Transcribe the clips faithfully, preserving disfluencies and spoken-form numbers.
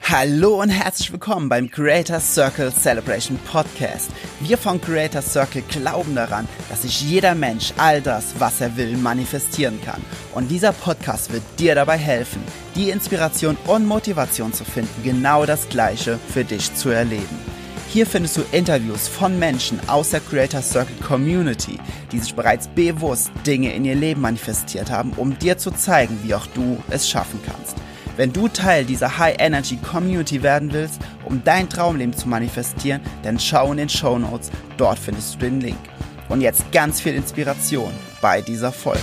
Hallo und herzlich willkommen beim Creator Circle Celebration Podcast. Wir von Creator Circle glauben daran, dass sich jeder Mensch all das, was er will, manifestieren kann. Und dieser Podcast wird dir dabei helfen, die Inspiration und Motivation zu finden, genau das Gleiche für dich zu erleben. Hier findest du Interviews von Menschen aus der Creator Circle Community, die sich bereits bewusst Dinge in ihr Leben manifestiert haben, um dir zu zeigen, wie auch du es schaffen kannst. Wenn du Teil dieser High-Energy-Community werden willst, um dein Traumleben zu manifestieren, dann schau in den Shownotes, dort findest du den Link. Und jetzt ganz viel Inspiration bei dieser Folge.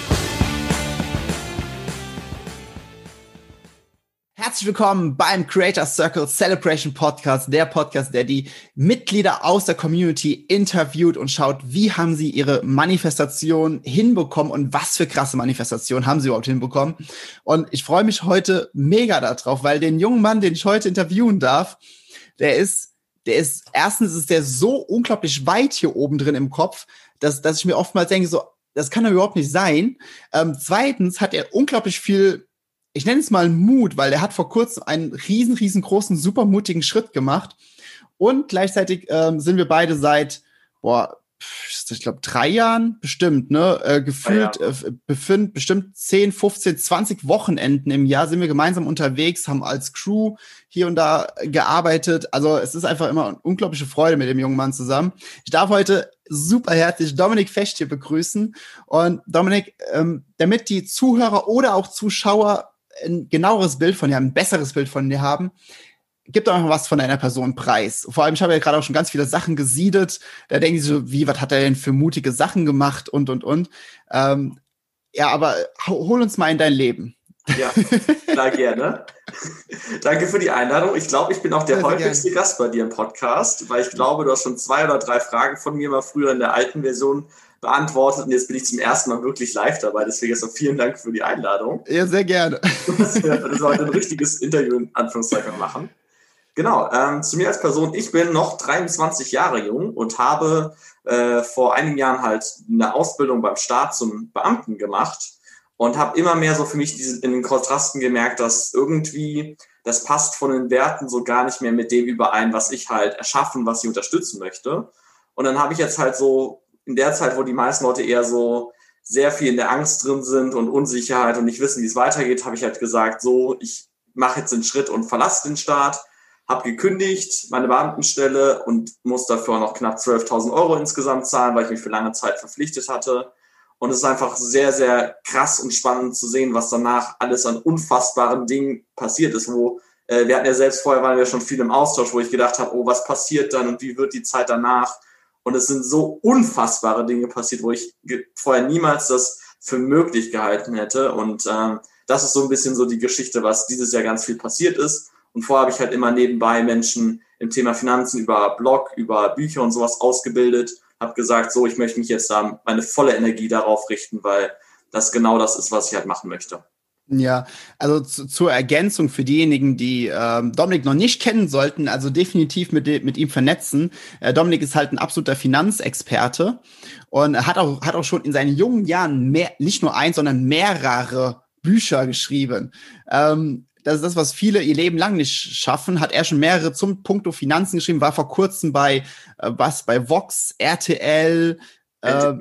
Herzlich willkommen beim Creator Circle Celebration Podcast, der Podcast, der die Mitglieder aus der Community interviewt und schaut, wie haben sie ihre Manifestation hinbekommen und was für krasse Manifestationen haben sie überhaupt hinbekommen. Und ich freue mich heute mega darauf, weil den jungen Mann, den ich heute interviewen darf, der ist, der ist, erstens ist der so unglaublich weit hier oben drin im Kopf, dass, dass ich mir oftmals denke, so, das kann doch überhaupt nicht sein. Ähm, zweitens hat er unglaublich viel, ich nenne es mal Mut, weil er hat vor kurzem einen riesen, riesengroßen, super mutigen Schritt gemacht. Und gleichzeitig ähm, sind wir beide seit, boah, ich glaube, drei Jahren bestimmt, ne, äh, gefühlt, ja, ja. Äh, befind, bestimmt zehn, fünfzehn, zwanzig Wochenenden im Jahr sind wir gemeinsam unterwegs, haben als Crew hier und da gearbeitet. Also es ist einfach immer eine unglaubliche Freude mit dem jungen Mann zusammen. Ich darf heute super herzlich Dominik Fecht hier begrüßen. Und Dominik, ähm, damit die Zuhörer oder auch Zuschauer ein genaueres Bild von dir, ein besseres Bild von dir haben, gib doch noch was von deiner Person preis. Vor allem, ich habe ja gerade auch schon ganz viele Sachen gesiedet. Da denken sie so, wie, was hat er denn für mutige Sachen gemacht und, und, und. Ähm, ja, aber hol uns mal in dein Leben. Ja, klar, gerne. Danke für die Einladung. Ich glaube, ich bin auch der ja, häufigste gerne. Gast bei dir im Podcast, weil ich glaube, du hast schon zwei oder drei Fragen von mir mal früher in der alten Version beantwortet und jetzt bin ich zum ersten Mal wirklich live dabei. Deswegen erstmal vielen Dank für die Einladung. Ja, sehr gerne. Das wir heute ein richtiges Interview in Anführungszeichen machen. Genau, ähm, zu mir als Person. Ich bin noch dreiundzwanzig Jahre jung und habe äh, vor einigen Jahren halt eine Ausbildung beim Staat zum Beamten gemacht und habe immer mehr so für mich diesen, in den Kontrasten gemerkt, dass irgendwie das passt von den Werten so gar nicht mehr mit dem überein, was ich halt erschaffen, was ich unterstützen möchte. Und dann habe ich jetzt halt so in der Zeit, wo die meisten Leute eher so sehr viel in der Angst drin sind und Unsicherheit und nicht wissen, wie es weitergeht, habe ich halt gesagt, so, ich mache jetzt den Schritt und verlasse den Staat, habe gekündigt, meine Beamtenstelle und muss dafür auch noch knapp zwölftausend Euro insgesamt zahlen, weil ich mich für lange Zeit verpflichtet hatte. Und es ist einfach sehr, sehr krass und spannend zu sehen, was danach alles an unfassbaren Dingen passiert ist, wo äh, wir hatten ja selbst vorher, waren wir schon viel im Austausch, wo ich gedacht habe, oh, was passiert dann und wie wird die Zeit danach? Und es sind so unfassbare Dinge passiert, wo ich vorher niemals das für möglich gehalten hätte. Und ähm, das ist so ein bisschen so die Geschichte, was dieses Jahr ganz viel passiert ist. Und vorher habe ich halt immer nebenbei Menschen im Thema Finanzen über Blog, über Bücher und sowas ausgebildet. Habe gesagt, so, ich möchte mich jetzt da meine volle Energie darauf richten, weil das genau das ist, was ich halt machen möchte. Ja, also zu, zur Ergänzung für diejenigen, die ähm, Dominik noch nicht kennen sollten, also definitiv mit, mit ihm vernetzen. Äh, Dominik ist halt ein absoluter Finanzexperte und hat auch, hat auch schon in seinen jungen Jahren mehr, nicht nur eins, sondern mehrere Bücher geschrieben. Ähm, das ist das, was viele ihr Leben lang nicht schaffen. Hat er schon mehrere zum Punkto Finanzen geschrieben, war vor kurzem bei äh, was bei Vox, R T L, äh,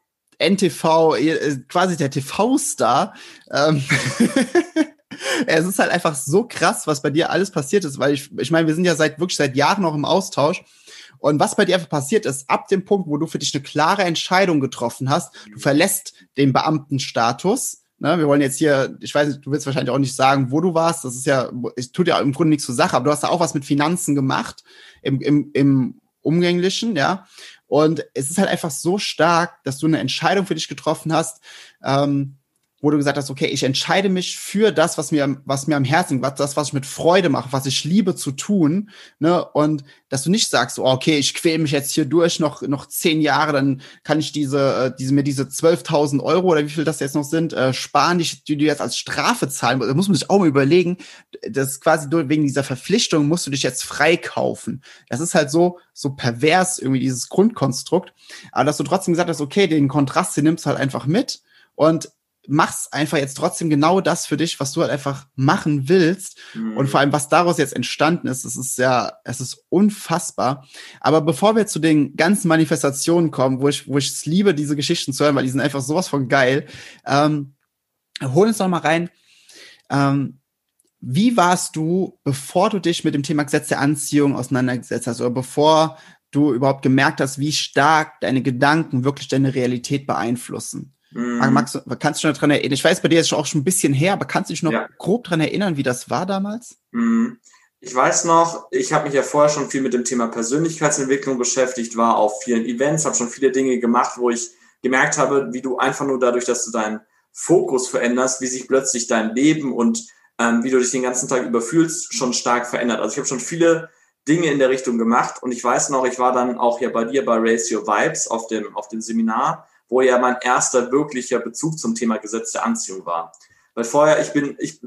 N T V, quasi der T V-Star. Ähm es ist halt einfach so krass, was bei dir alles passiert ist, weil ich, ich meine, wir sind ja seit wirklich seit Jahren noch im Austausch. Und was bei dir einfach passiert ist, ab dem Punkt, wo du für dich eine klare Entscheidung getroffen hast, du verlässt den Beamtenstatus. Ne, wir wollen jetzt hier, ich weiß nicht, du willst wahrscheinlich auch nicht sagen, wo du warst. Das ist ja, es tut ja im Grunde nichts zur Sache, aber du hast da auch was mit Finanzen gemacht, im, im, im Umgänglichen, ja. Und es ist halt einfach so stark, dass du eine Entscheidung für dich getroffen hast, ähm, wo du gesagt hast, okay, ich entscheide mich für das, was mir, was mir am Herzen liegt, was, das, was ich mit Freude mache, was ich liebe zu tun, ne, und dass du nicht sagst, oh, okay, ich quäle mich jetzt hier durch noch, noch zehn Jahre, dann kann ich diese, diese, mir diese zwölftausend Euro oder wie viel das jetzt noch sind, äh, sparen, die, die du jetzt als Strafe zahlen musst. Da muss man sich auch mal überlegen, dass quasi wegen dieser Verpflichtung musst du dich jetzt freikaufen. Das ist halt so, so pervers irgendwie dieses Grundkonstrukt. Aber dass du trotzdem gesagt hast, okay, den Kontrast, den nimmst du halt einfach mit und machst einfach jetzt trotzdem genau das für dich, was du halt einfach machen willst. Mhm. Und vor allem, was daraus jetzt entstanden ist, es ist ja, es ist unfassbar. Aber bevor wir zu den ganzen Manifestationen kommen, wo ich, wo ich es liebe, diese Geschichten zu hören, weil die sind einfach sowas von geil, ähm, hol uns noch mal rein. Ähm, wie warst du, bevor du dich mit dem Thema Gesetz der Anziehung auseinandergesetzt hast oder bevor du überhaupt gemerkt hast, wie stark deine Gedanken wirklich deine Realität beeinflussen? Mhm. Magst du, kannst du dich noch dran erinnern? Ich weiß, bei dir ist es auch schon ein bisschen her, aber kannst du dich noch ja. grob dran erinnern, wie das war damals? Mhm. Ich weiß noch, ich habe mich ja vorher schon viel mit dem Thema Persönlichkeitsentwicklung beschäftigt, war auf vielen Events, habe schon viele Dinge gemacht, wo ich gemerkt habe, wie du einfach nur dadurch, dass du deinen Fokus veränderst, wie sich plötzlich dein Leben und ähm, wie du dich den ganzen Tag überfühlst, schon stark verändert. Also ich habe schon viele Dinge in der Richtung gemacht und ich weiß noch, ich war dann auch ja bei dir bei Raise Your Vibes auf dem, auf dem Seminar, wo ja mein erster wirklicher Bezug zum Thema Gesetz der Anziehung war. Weil vorher, ich bin, ich...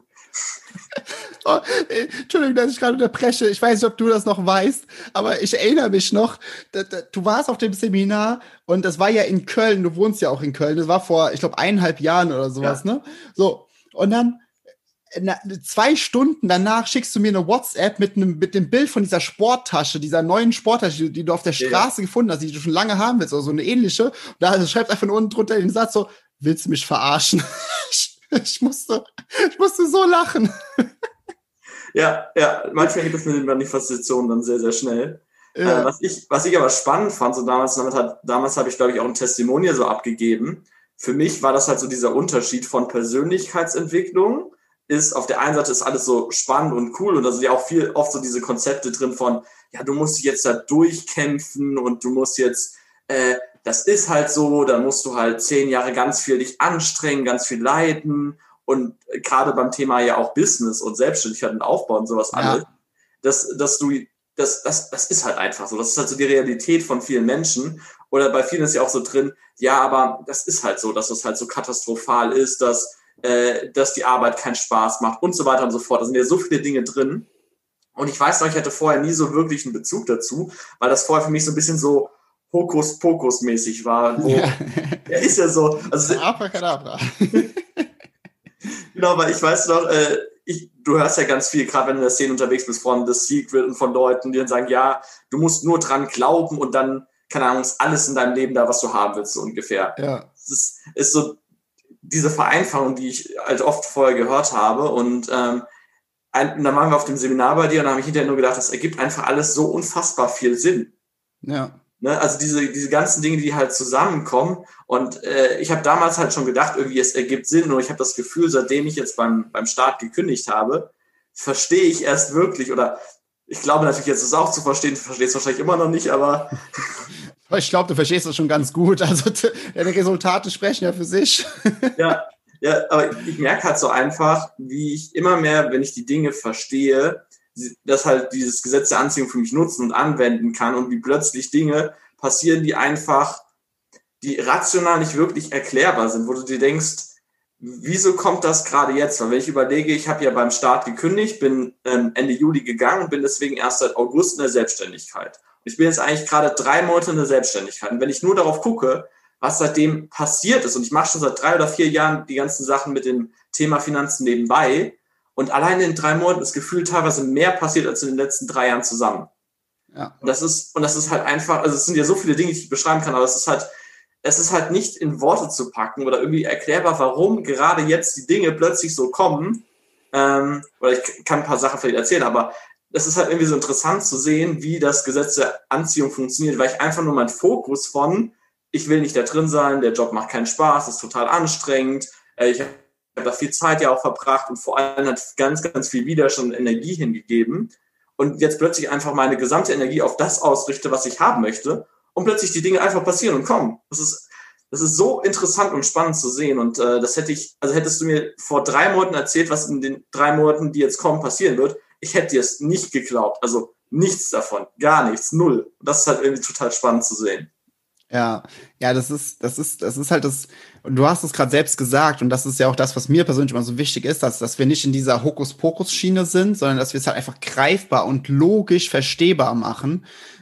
Oh, Entschuldigung, dass ich gerade unterbreche. Ich weiß nicht, ob du das noch weißt, aber ich erinnere mich noch, da, da, du warst auf dem Seminar und das war ja in Köln, du wohnst ja auch in Köln, das war vor, ich glaube, eineinhalb Jahren oder sowas, ja. ne? So, und dann na, zwei Stunden danach schickst du mir eine WhatsApp mit einem mit dem Bild von dieser Sporttasche, dieser neuen Sporttasche, die, die du auf der Straße ja. gefunden hast, die du schon lange haben willst, oder so eine ähnliche. Und da also schreibst einfach nur unten drunter den Satz so, willst du mich verarschen? ich, ich musste, ich musste so lachen. Ja, ja, manchmal gibt es mit den Manifestationen dann sehr, sehr schnell. Ja. Äh, was ich, was ich aber spannend fand, so damals, damit hat, damals habe ich, glaube ich, auch ein Testimonial so abgegeben. Für mich war das halt so dieser Unterschied von Persönlichkeitsentwicklung. Ist, auf der einen Seite ist alles so spannend und cool und da sind ja auch viel oft so diese Konzepte drin von, ja, du musst dich jetzt da durchkämpfen und du musst jetzt, äh, das ist halt so, da musst du halt zehn Jahre ganz viel dich anstrengen, ganz viel leiden und gerade beim Thema ja auch Business und Selbstständigkeit und Aufbau und sowas ja. alles, dass, dass du, das, das, das ist halt einfach so, das ist halt so die Realität von vielen Menschen oder bei vielen ist ja auch so drin, ja, aber das ist halt so, dass das halt so katastrophal ist, dass dass die Arbeit keinen Spaß macht und so weiter und so fort. Da sind ja so viele Dinge drin. Und ich weiß noch, ich hatte vorher nie so wirklich einen Bezug dazu, weil das vorher für mich so ein bisschen so Hokuspokus-mäßig war. Wo, ja. ja, ist ja so. Also, Abracadabra. Genau, weil ich weiß noch, äh, ich, du hörst ja ganz viel, gerade wenn du in der Szene unterwegs bist, von The Secret und von Leuten, die dann sagen, ja, du musst nur dran glauben und dann, keine Ahnung, ist alles in deinem Leben da, was du haben willst, so ungefähr. Ja. Es ist, ist so diese Vereinfachung, die ich halt oft vorher gehört habe und ähm, ein, dann waren wir auf dem Seminar bei dir und da habe ich hinterher nur gedacht, das ergibt einfach alles so unfassbar viel Sinn. Ja. Ne? Also diese, diese ganzen Dinge, die halt zusammenkommen und äh, ich habe damals halt schon gedacht, irgendwie es ergibt Sinn und ich habe das Gefühl, seitdem ich jetzt beim, beim Start gekündigt habe, verstehe ich erst wirklich oder ich glaube natürlich jetzt ist es auch zu verstehen, du verstehst es wahrscheinlich immer noch nicht, aber ich glaube, du verstehst das schon ganz gut. Also deine Resultate sprechen ja für sich. Ja, ja, aber ich merke halt so einfach, wie ich immer mehr, wenn ich die Dinge verstehe, dass halt dieses Gesetz der Anziehung für mich nutzen und anwenden kann und wie plötzlich Dinge passieren, die einfach, die rational nicht wirklich erklärbar sind, wo du dir denkst, wieso kommt das gerade jetzt? Weil wenn ich überlege, ich habe ja beim Start gekündigt, bin ähm, Ende Juli gegangen und bin deswegen erst seit August in der Selbstständigkeit. Ich bin jetzt eigentlich gerade drei Monate in der Selbstständigkeit. Und wenn ich nur darauf gucke, was seitdem passiert ist, und ich mache schon seit drei oder vier Jahren die ganzen Sachen mit dem Thema Finanzen nebenbei, und allein in drei Monaten ist gefühlt teilweise mehr passiert als in den letzten drei Jahren zusammen. Ja. Und das ist, und das ist halt einfach, also es sind ja so viele Dinge, die ich beschreiben kann, aber es ist halt, es ist halt nicht in Worte zu packen oder irgendwie erklärbar, warum gerade jetzt die Dinge plötzlich so kommen. Ähm, oder ich kann ein paar Sachen vielleicht erzählen, aber das ist halt irgendwie so interessant zu sehen, wie das Gesetz der Anziehung funktioniert, weil ich einfach nur meinen Fokus von, ich will nicht da drin sein, der Job macht keinen Spaß, ist total anstrengend, ich habe da viel Zeit ja auch verbracht und vor allem hat ganz, ganz viel Widerstand und Energie hingegeben und jetzt plötzlich einfach meine gesamte Energie auf das ausrichte, was ich haben möchte und plötzlich die Dinge einfach passieren und kommen. Das ist, das ist so interessant und spannend zu sehen und äh, das hätte ich, also hättest du mir vor drei Monaten erzählt, was in den drei Monaten, die jetzt kommen, passieren wird, ich hätte dir es nicht geglaubt. Also nichts davon. Gar nichts. Null. Und das ist halt irgendwie total spannend zu sehen. Ja, ja, das ist, das ist, das ist halt das, und du hast es gerade selbst gesagt, und das ist ja auch das, was mir persönlich immer so wichtig ist, dass, dass wir nicht in dieser Hokuspokus-Schiene sind, sondern dass wir es halt einfach greifbar und logisch verstehbar machen.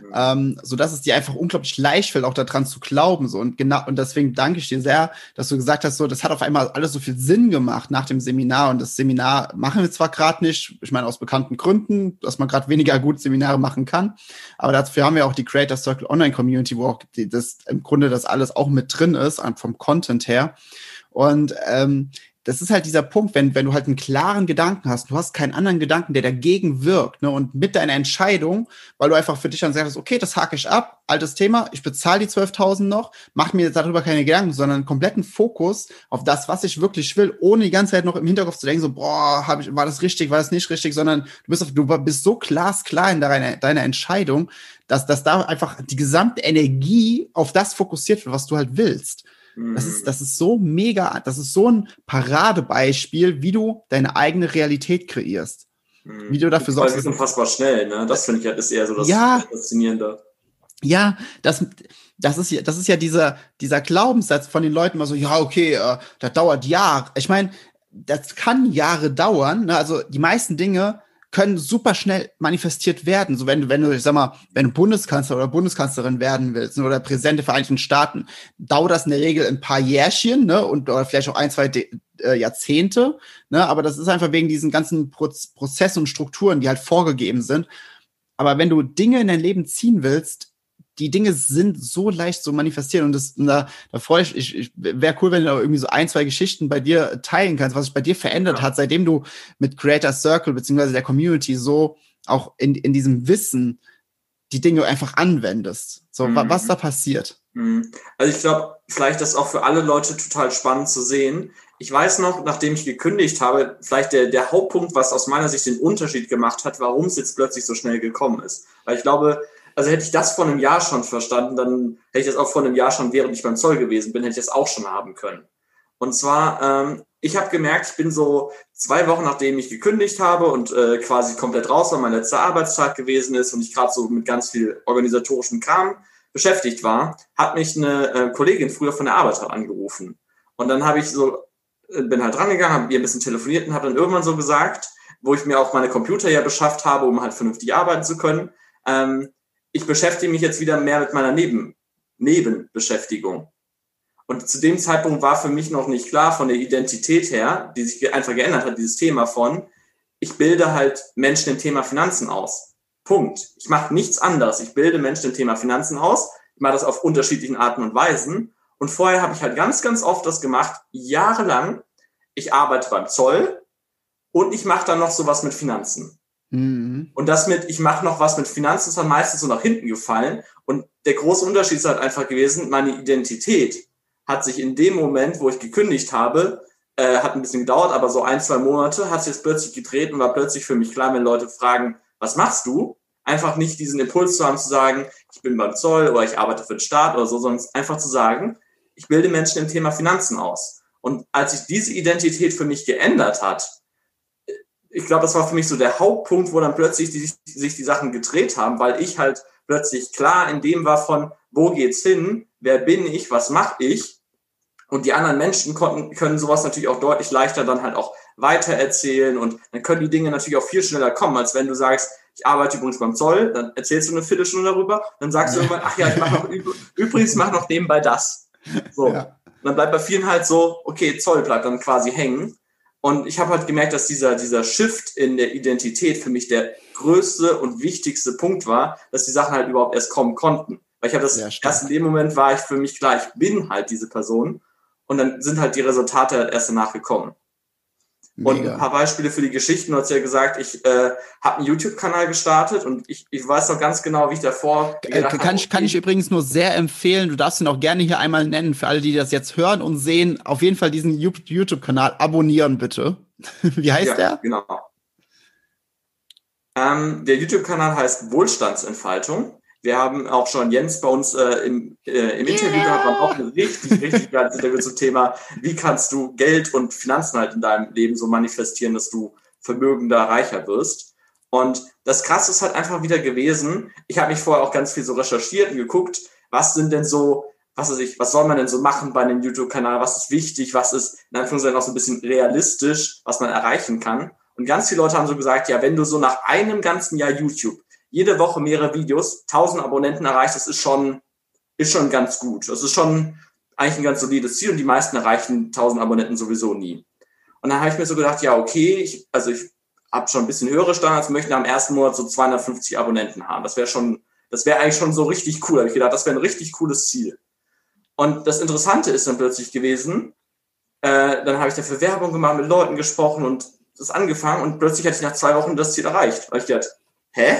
ähm, so dass es dir einfach unglaublich leicht fällt, auch daran zu glauben. So. Und genau, und deswegen danke ich dir sehr, dass du gesagt hast, so, das hat auf einmal alles so viel Sinn gemacht nach dem Seminar. Und das Seminar machen wir zwar gerade nicht, ich meine aus bekannten Gründen, dass man gerade weniger gut Seminare machen kann, aber dafür haben wir auch die Creator Circle Online Community, wo auch die, das im Grunde das alles auch mit drin ist, vom Content her. Und ähm, das ist halt dieser Punkt, wenn, wenn du halt einen klaren Gedanken hast, du hast keinen anderen Gedanken, der dagegen wirkt, ne, und mit deiner Entscheidung, weil du einfach für dich dann sagst, okay, das hake ich ab, altes Thema, ich bezahle die zwölftausend noch, mach mir darüber keine Gedanken, sondern einen kompletten Fokus auf das, was ich wirklich will, ohne die ganze Zeit noch im Hinterkopf zu denken, so, boah, hab ich, war das richtig, war das nicht richtig, sondern du bist, auf, du bist so glasklar in deiner, deiner Entscheidung, dass, dass da einfach die gesamte Energie auf das fokussiert wird, was du halt willst. Das ist, das ist so mega, das ist so ein Paradebeispiel, wie du deine eigene Realität kreierst. Wie du dafür sorgst. Das ist unfassbar schnell, ne? Das finde ich halt ist eher so das ja, Faszinierende. Ja, das, das ist ja, das ist ja dieser, dieser Glaubenssatz von den Leuten, mal so, ja, okay, äh, das dauert Jahre. Ich meine, das kann Jahre dauern, ne? Also die meisten Dinge können super schnell manifestiert werden. So wenn du, wenn du, ich sag mal, wenn du Bundeskanzler oder Bundeskanzlerin werden willst, ne, oder Präsident der Vereinigten Staaten, dauert das in der Regel ein paar Jährchen, ne, und oder vielleicht auch ein, zwei De- äh, Jahrzehnte, ne, aber das ist einfach wegen diesen ganzen Proz- Prozessen und Strukturen, die halt vorgegeben sind. Aber wenn du Dinge in dein Leben ziehen willst, die Dinge sind so leicht zu manifestieren und das, und da, da freue ich, ich, ich wäre cool, wenn du irgendwie so ein, zwei Geschichten bei dir teilen kannst, was sich bei dir verändert ja. hat, seitdem du mit Creator Circle beziehungsweise der Community so auch in, in diesem Wissen die Dinge einfach anwendest. So, mhm. wa, was da passiert. Mhm. Also ich glaube, vielleicht ist auch für alle Leute total spannend zu sehen. Ich weiß noch, nachdem ich gekündigt habe, vielleicht der, der Hauptpunkt, was aus meiner Sicht den Unterschied gemacht hat, warum es jetzt plötzlich so schnell gekommen ist. Weil ich glaube, also hätte ich das vor einem Jahr schon verstanden, dann hätte ich das auch vor einem Jahr schon, während ich beim Zoll gewesen bin, hätte ich das auch schon haben können. Und zwar, ähm, ich habe gemerkt, ich bin so zwei Wochen, nachdem ich gekündigt habe und äh, quasi komplett raus war, mein letzter Arbeitstag gewesen ist und ich gerade so mit ganz viel organisatorischem Kram beschäftigt war, hat mich eine äh, Kollegin früher von der Arbeit angerufen. Und dann habe ich so, äh, bin halt rangegangen, habe ihr ein bisschen telefoniert und habe dann irgendwann so gesagt, wo ich mir auch meine Computer ja beschafft habe, um halt vernünftig arbeiten zu können, ähm, ich beschäftige mich jetzt wieder mehr mit meiner Neben- Nebenbeschäftigung. Und zu dem Zeitpunkt war für mich noch nicht klar von der Identität her, die sich einfach geändert hat, dieses Thema von, ich bilde halt Menschen im Thema Finanzen aus. Punkt. Ich mache nichts anderes. Ich bilde Menschen im Thema Finanzen aus. Ich mache das auf unterschiedlichen Arten und Weisen. Und vorher habe ich halt ganz, ganz oft das gemacht, jahrelang. Ich arbeite beim Zoll und ich mache dann noch sowas mit Finanzen. Mhm. Und das mit, ich mache noch was mit Finanzen, ist dann meistens so nach hinten gefallen. Und der große Unterschied ist halt einfach gewesen, meine Identität hat sich in dem Moment, wo ich gekündigt habe, äh, hat ein bisschen gedauert, aber so ein, zwei Monate, hat sich jetzt plötzlich gedreht und war plötzlich für mich klar, wenn Leute fragen, was machst du? Einfach nicht diesen Impuls zu haben, zu sagen, ich bin beim Zoll oder ich arbeite für den Staat oder so, sondern einfach zu sagen, ich bilde Menschen im Thema Finanzen aus. Und als sich diese Identität für mich geändert hat, ich glaube, das war für mich so der Hauptpunkt, wo dann plötzlich die, sich die Sachen gedreht haben, weil ich halt plötzlich klar in dem war von, wo geht's hin, wer bin ich, was mache ich? Und die anderen Menschen konnten, können sowas natürlich auch deutlich leichter dann halt auch weitererzählen und dann können die Dinge natürlich auch viel schneller kommen, als wenn du sagst, ich arbeite übrigens beim Zoll, dann erzählst du eine Viertelstunde darüber, dann sagst du irgendwann, ach ja, ich mache noch übrigens mache noch nebenbei das. So. Ja. Und dann bleibt bei vielen halt so, okay, Zoll bleibt dann quasi hängen. Und ich habe halt gemerkt, dass dieser, dieser Shift in der Identität für mich der größte und wichtigste Punkt war, dass die Sachen halt überhaupt erst kommen konnten. Weil ich habe das erst in dem Moment war ich für mich klar, ich bin halt diese Person. Und dann sind halt die Resultate erst danach gekommen. Mega. Und ein paar Beispiele für die Geschichten. Du hast ja gesagt, ich äh, habe einen YouTube-Kanal gestartet und ich, ich weiß noch ganz genau, wie ich davor äh, kann, hab, ich, kann ich übrigens nur sehr empfehlen, du darfst ihn auch gerne hier einmal nennen, für alle, die das jetzt hören und sehen, auf jeden Fall diesen YouTube-Kanal abonnieren, bitte. Wie heißt ja, der? Genau. Ähm, der YouTube-Kanal heißt Wohlstandsentfaltung. Wir haben auch schon Jens bei uns äh, im, äh, im Interview yeah. gehabt, haben auch ein richtig, richtig geiles Interview zum Thema, wie kannst du Geld und Finanzen halt in deinem Leben so manifestieren, dass du vermögender, reicher wirst. Und das Krasse ist halt einfach wieder gewesen, ich habe mich vorher auch ganz viel so recherchiert und geguckt, was sind denn so, was weiß ich, was soll man denn so machen bei einem YouTube-Kanal, was ist wichtig, was ist in Anführungszeichen auch so ein bisschen realistisch, was man erreichen kann. Und ganz viele Leute haben so gesagt, ja, wenn du so nach einem ganzen Jahr YouTube jede Woche mehrere Videos, tausend Abonnenten erreicht, das ist schon, ist schon ganz gut. Das ist schon eigentlich ein ganz solides Ziel und die meisten erreichen tausend Abonnenten sowieso nie. Und dann habe ich mir so gedacht, ja, okay, ich, also ich habe schon ein bisschen höhere Standards, möchte am ersten Monat so zweihundertfünfzig Abonnenten haben. Das wäre schon, das wäre eigentlich schon so richtig cool. Da habe ich gedacht, das wäre ein richtig cooles Ziel. Und das Interessante ist dann plötzlich gewesen, äh, dann habe ich dafür Werbung gemacht, mit Leuten gesprochen und das angefangen und plötzlich hatte ich nach zwei Wochen das Ziel erreicht. Weil ich dachte, hä?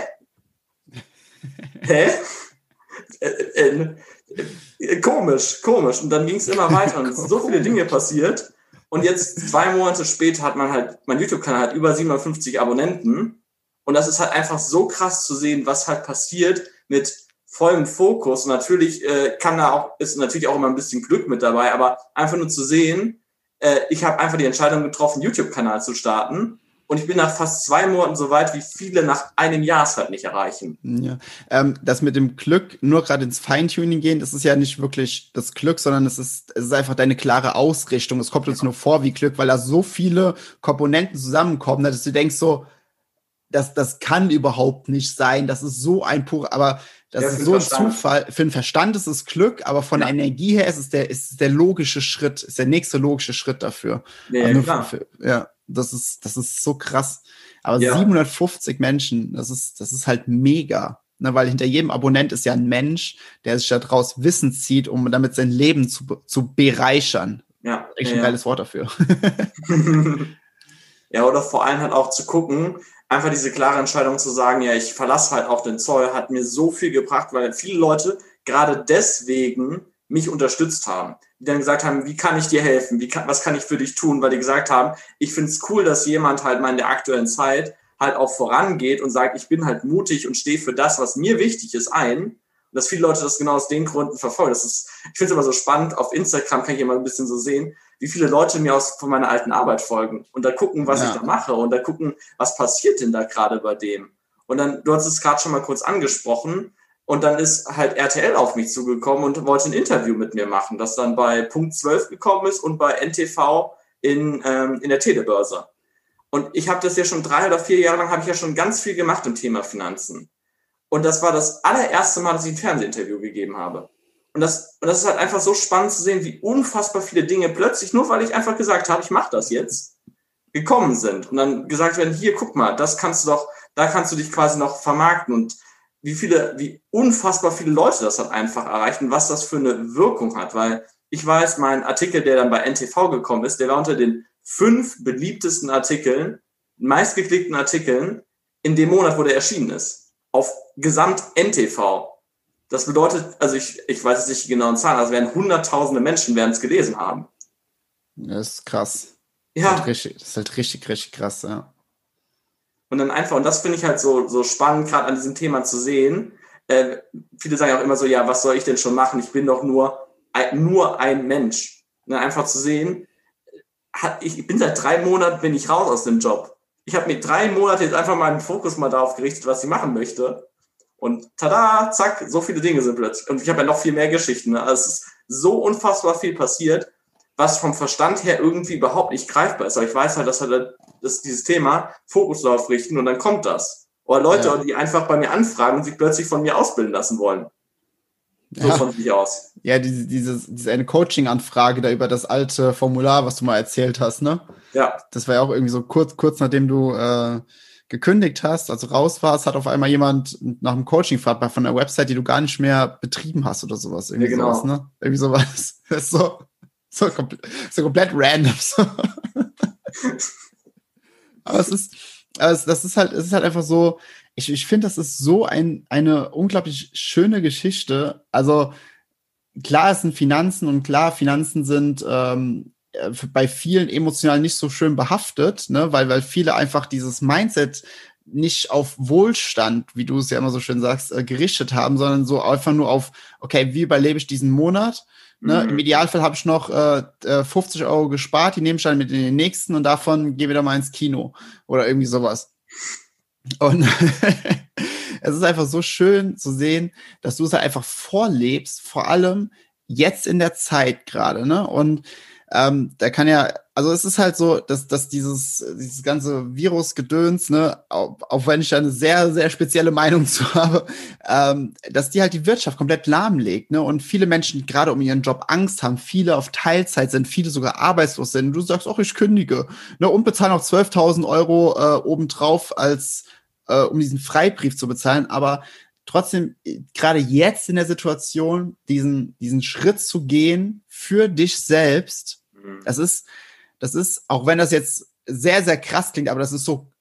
Hä? äh, äh, äh, komisch, komisch. Und dann ging es immer weiter und es sind so viele Dinge passiert. Und jetzt, zwei Monate später, hat man halt, mein YouTube-Kanal hat über siebenhundertfünfzig Abonnenten. Und das ist halt einfach so krass zu sehen, was halt passiert mit vollem Fokus. Und natürlich äh, kann da auch, ist natürlich auch immer ein bisschen Glück mit dabei, aber einfach nur zu sehen, äh, ich habe einfach die Entscheidung getroffen, YouTube-Kanal zu starten. Und ich bin nach fast zwei Monaten so weit, wie viele nach einem Jahr es halt nicht erreichen. Ja, ähm, das mit dem Glück, nur gerade ins Feintuning gehen, das ist ja nicht wirklich das Glück, sondern es ist, es ist einfach deine klare Ausrichtung. Es kommt uns nur vor wie Glück, weil da so viele Komponenten zusammenkommen, dass du denkst so, das, das kann überhaupt nicht sein. Das ist so ein pur, aber das ja, ist so ein Verstand. Zufall. Für den Verstand ist es Glück, aber von ja. der Energie her ist es der, ist es der logische Schritt, ist der nächste logische Schritt dafür. Ja, ja, klar. Für, für, ja. Das ist, das ist so krass. Aber ja. siebenhundertfünfzig Menschen, das ist, das ist halt mega. Ne, weil hinter jedem Abonnent ist ja ein Mensch, der sich daraus Wissen zieht, um damit sein Leben zu, zu bereichern. Ja. Echt ja, ein ja. geiles Wort dafür. Ja, oder vor allem halt auch zu gucken, einfach diese klare Entscheidung zu sagen, ja, ich verlasse halt auch den Zoll, hat mir so viel gebracht, weil viele Leute gerade deswegen mich unterstützt haben. Die dann gesagt haben, wie kann ich dir helfen? Wie kann, was kann ich für dich tun? Weil die gesagt haben, ich finde es cool, dass jemand halt mal in der aktuellen Zeit halt auch vorangeht und sagt, ich bin halt mutig und stehe für das, was mir wichtig ist, ein. Und dass viele Leute das genau aus den Gründen verfolgen. Das ist, ich finde es immer so spannend. Auf Instagram kann ich immer ein bisschen so sehen, wie viele Leute mir aus von meiner alten Arbeit folgen und da gucken, was ja. ich da mache und da gucken, was passiert denn da gerade bei dem. Und dann, du hast es gerade schon mal kurz angesprochen, und dann ist halt R T L auf mich zugekommen und wollte ein Interview mit mir machen, das dann bei Punkt zwölf gekommen ist und bei N T V in, ähm, in der Telebörse. Und ich habe das ja schon drei oder vier Jahre lang, habe ich ja schon ganz viel gemacht im Thema Finanzen. Und das war das allererste Mal, dass ich ein Fernsehinterview gegeben habe. Und das, und das ist halt einfach so spannend zu sehen, wie unfassbar viele Dinge plötzlich, nur weil ich einfach gesagt habe, ich mache das jetzt, gekommen sind. Und dann gesagt werden, hier, guck mal, das kannst du doch, da kannst du dich quasi noch vermarkten. Und wie viele, wie unfassbar viele Leute das hat einfach erreicht und was das für eine Wirkung hat. Weil ich weiß, mein Artikel, der dann bei N T V gekommen ist, der war unter den fünf beliebtesten Artikeln, meistgeklickten Artikeln in dem Monat, wo der erschienen ist. Auf Gesamt N T V. Das bedeutet, also ich, ich weiß jetzt nicht die genauen Zahlen, also werden hunderttausende Menschen werden es gelesen haben. Das ist krass. Ja. Das ist halt richtig, das ist halt richtig, richtig krass, ja. Und dann einfach, und das finde ich halt so, so spannend, gerade an diesem Thema zu sehen. Äh, viele sagen auch immer so, ja, was soll ich denn schon machen? Ich bin doch nur, ein, nur ein Mensch. Und dann einfach zu sehen, hat, ich bin seit drei Monaten, bin ich raus aus dem Job. Ich habe mir drei Monate jetzt einfach meinen Fokus mal darauf gerichtet, was ich machen möchte. Und tada, zack, so viele Dinge sind plötzlich. Und ich habe ja noch viel mehr Geschichten. Ne? Also es ist so unfassbar viel passiert, was vom Verstand her irgendwie überhaupt nicht greifbar ist. Aber ich weiß halt, dass halt das, dieses Thema Fokus darauf richten und dann kommt das. Oder Leute, ja. die einfach bei mir anfragen und sich plötzlich von mir ausbilden lassen wollen. So ja. von sich aus. Ja, diese, diese, diese eine Coaching-Anfrage da über das alte Formular, was du mal erzählt hast, ne? Ja. Das war ja auch irgendwie so kurz, kurz nachdem du äh, gekündigt hast, also raus warst, hat auf einmal jemand nach einem Coaching gefragt von einer Website, die du gar nicht mehr betrieben hast oder sowas. Irgendwie ja, genau. sowas, ne? Irgendwie sowas. Das ist so, so, komple- so komplett random. So. Aber es ist, aber es, das ist halt, es ist halt einfach so, ich, ich finde, das ist so ein, eine unglaublich schöne Geschichte. Also, klar, es sind Finanzen und klar, Finanzen sind ähm, bei vielen emotional nicht so schön behaftet, ne, weil, weil viele einfach dieses Mindset nicht auf Wohlstand, wie du es ja immer so schön sagst, äh, gerichtet haben, sondern so einfach nur auf, okay, wie überlebe ich diesen Monat? Ne, mhm. Im Idealfall habe ich noch äh, fünfzig Euro gespart, die nehme ich dann mit in den nächsten und davon gehe wieder mal ins Kino oder irgendwie sowas. Und es ist einfach so schön zu sehen, dass du es halt einfach vorlebst, vor allem jetzt in der Zeit gerade, ne? Und ähm, da kann ja, also es ist halt so, dass, dass dieses, dieses ganze Virusgedöns, ne, auch, auch wenn ich da eine sehr, sehr spezielle Meinung zu habe, ähm, dass die halt die Wirtschaft komplett lahmlegt, ne, und viele Menschen gerade um ihren Job Angst haben, viele auf Teilzeit sind, viele sogar arbeitslos sind. Und du sagst, ach, ich kündige, ne, und bezahle noch zwölftausend Euro äh, obendrauf, als äh, um diesen Freibrief zu bezahlen, aber trotzdem, gerade jetzt in der Situation, diesen, diesen Schritt zu gehen für dich selbst, Mhm. das ist, das ist, auch wenn das jetzt sehr, sehr krass klingt, aber das ist so,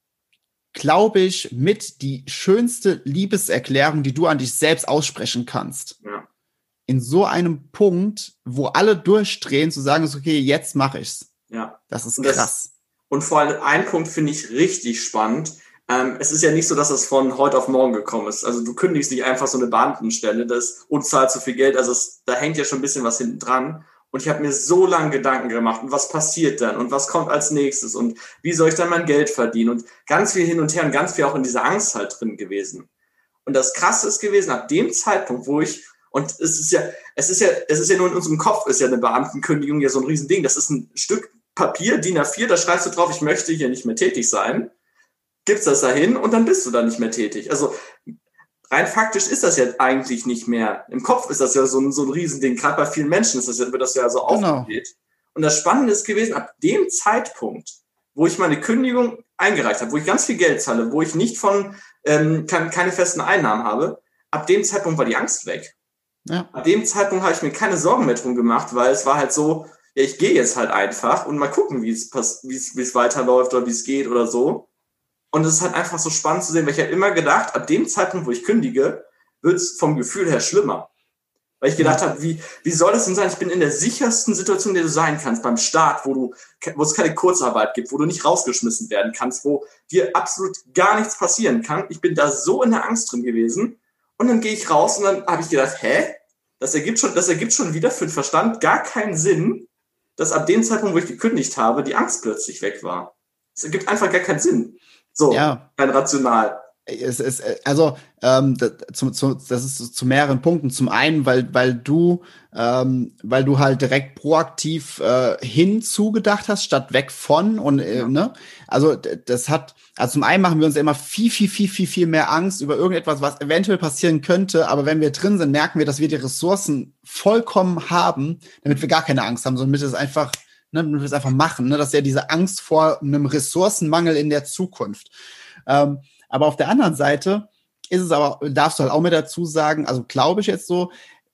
glaube ich, mit die schönste Liebeserklärung, die du an dich selbst aussprechen kannst. Ja. In so einem Punkt, wo alle durchdrehen, zu sagen, okay, jetzt mache ich's. Ja. Das ist Und das, krass. Und vor allem ein Punkt finde ich richtig spannend. Ähm, es ist ja nicht so, dass das von heute auf morgen gekommen ist. Also du kündigst nicht einfach so eine Beamtenstelle das, und zahlst so viel Geld. Also es, da hängt ja schon ein bisschen was hinten dran. Und ich habe mir so lange Gedanken gemacht, und was passiert dann und was kommt als nächstes und wie soll ich dann mein Geld verdienen und ganz viel hin und her und ganz viel auch in dieser Angst halt drin gewesen. Und das Krasse ist gewesen, ab dem Zeitpunkt, wo ich, und es ist ja, es ist ja, es ist ja nur in unserem Kopf, ist ja eine Beamtenkündigung ja so ein Riesending. Das ist ein Stück Papier, D I N A vier, da schreibst du drauf, ich möchte hier nicht mehr tätig sein. Gibst das dahin und dann bist du da nicht mehr tätig. Also rein faktisch ist das ja eigentlich nicht mehr. Im Kopf ist das ja so ein, so ein Riesending. Gerade bei vielen Menschen ist das ja, wird das ja so Genau. aufgebläht. Und das Spannende ist gewesen, ab dem Zeitpunkt, wo ich meine Kündigung eingereicht habe, wo ich ganz viel Geld zahle, wo ich nicht von ähm, kein, keine festen Einnahmen habe, ab dem Zeitpunkt war die Angst weg. Ja. Ab dem Zeitpunkt habe ich mir keine Sorgen mehr drum gemacht, weil es war halt so, ja, ich gehe jetzt halt einfach und mal gucken, wie es wie es wie es weiterläuft oder wie es geht oder so. Und es ist halt einfach so spannend zu sehen, weil ich habe immer gedacht, ab dem Zeitpunkt, wo ich kündige, wird es vom Gefühl her schlimmer. Weil ich gedacht habe, wie, wie soll das denn sein? Ich bin in der sichersten Situation, in der du sein kannst, beim Staat, wo du, wo es keine Kurzarbeit gibt, wo du nicht rausgeschmissen werden kannst, wo dir absolut gar nichts passieren kann. Ich bin da so in der Angst drin gewesen. Und dann gehe ich raus und dann habe ich gedacht, hä? Das ergibt schon, das ergibt schon wieder für den Verstand gar keinen Sinn, dass ab dem Zeitpunkt, wo ich gekündigt habe, die Angst plötzlich weg war. Es ergibt einfach gar keinen Sinn. So, ja. Rein rational. Es ist, also, ähm, das, zu, zu, das ist zu mehreren Punkten. Zum einen, weil, weil du, ähm, weil du halt direkt proaktiv äh, hinzugedacht hast, statt weg von und, äh, ja. ne? Also, das hat, also zum einen machen wir uns immer viel, viel, viel, viel, viel mehr Angst über irgendetwas, was eventuell passieren könnte. Aber wenn wir drin sind, merken wir, dass wir die Ressourcen vollkommen haben, damit wir gar keine Angst haben, sondern damit wir es einfach, ne, damit wir es einfach machen, ne? Das ist ja diese Angst vor einem Ressourcenmangel in der Zukunft. Ähm, Aber auf der anderen Seite ist es aber, darfst du halt auch mit dazu sagen, also glaube ich jetzt so,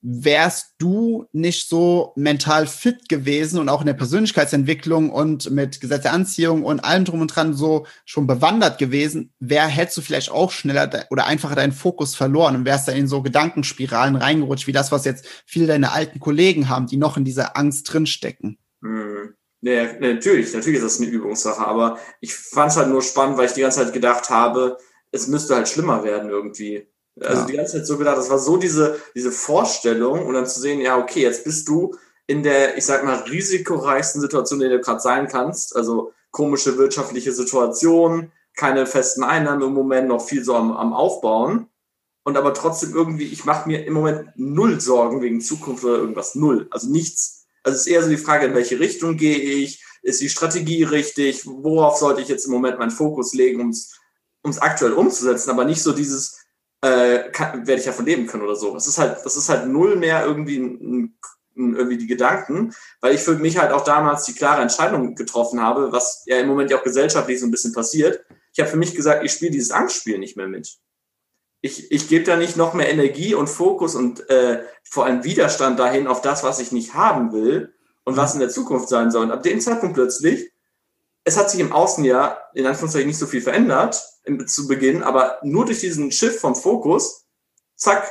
wärst du nicht so mental fit gewesen und auch in der Persönlichkeitsentwicklung und mit Gesetz der Anziehung und allem drum und dran so schon bewandert gewesen, wär, hättest du vielleicht auch schneller de- oder einfacher deinen Fokus verloren und wärst dann in so Gedankenspiralen reingerutscht, wie das, was jetzt viele deiner alten Kollegen haben, die noch in dieser Angst drinstecken. Hm. Ja, natürlich, natürlich ist das eine Übungssache, aber ich fand es halt nur spannend, weil ich die ganze Zeit gedacht habe, es müsste halt schlimmer werden irgendwie. Also Ja. die ganze Zeit so gedacht, das war so diese, diese Vorstellung und dann zu sehen, ja, okay, jetzt bist du in der, ich sag mal, risikoreichsten Situation, in der du gerade sein kannst. Also komische wirtschaftliche Situation, keine festen Einnahmen im Moment, noch viel so am, am Aufbauen. Und aber trotzdem irgendwie, ich mache mir im Moment null Sorgen wegen Zukunft oder irgendwas, null. Also nichts. Also es ist eher so die Frage, in welche Richtung gehe ich? Ist die Strategie richtig? Worauf sollte ich jetzt im Moment meinen Fokus legen, um es aktuell umzusetzen? Aber nicht so dieses, äh, kann, werde ich davon leben können oder so. Das ist halt, das ist halt null mehr irgendwie, ein, ein, irgendwie die Gedanken, weil ich für mich halt auch damals die klare Entscheidung getroffen habe, was ja im Moment ja auch gesellschaftlich so ein bisschen passiert. Ich habe für mich gesagt, ich spiele dieses Angstspiel nicht mehr mit. Ich, ich gebe da nicht noch mehr Energie und Fokus und äh, vor allem Widerstand dahin auf das, was ich nicht haben will und was in der Zukunft sein soll. Und ab dem Zeitpunkt plötzlich, es hat sich im Außen ja in Anführungszeichen nicht so viel verändert im, zu Beginn, aber nur durch diesen Shift vom Fokus, zack,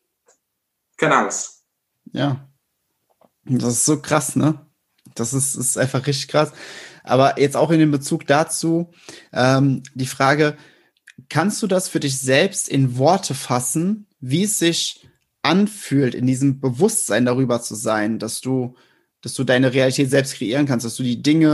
keine Angst. Ja, das ist so krass, ne? Das ist, ist einfach richtig krass. Aber jetzt auch in dem Bezug dazu, ähm, die Frage, kannst du das für dich selbst in Worte fassen, wie es sich anfühlt, in diesem Bewusstsein darüber zu sein, dass du, dass du deine Realität selbst kreieren kannst, dass du die Dinge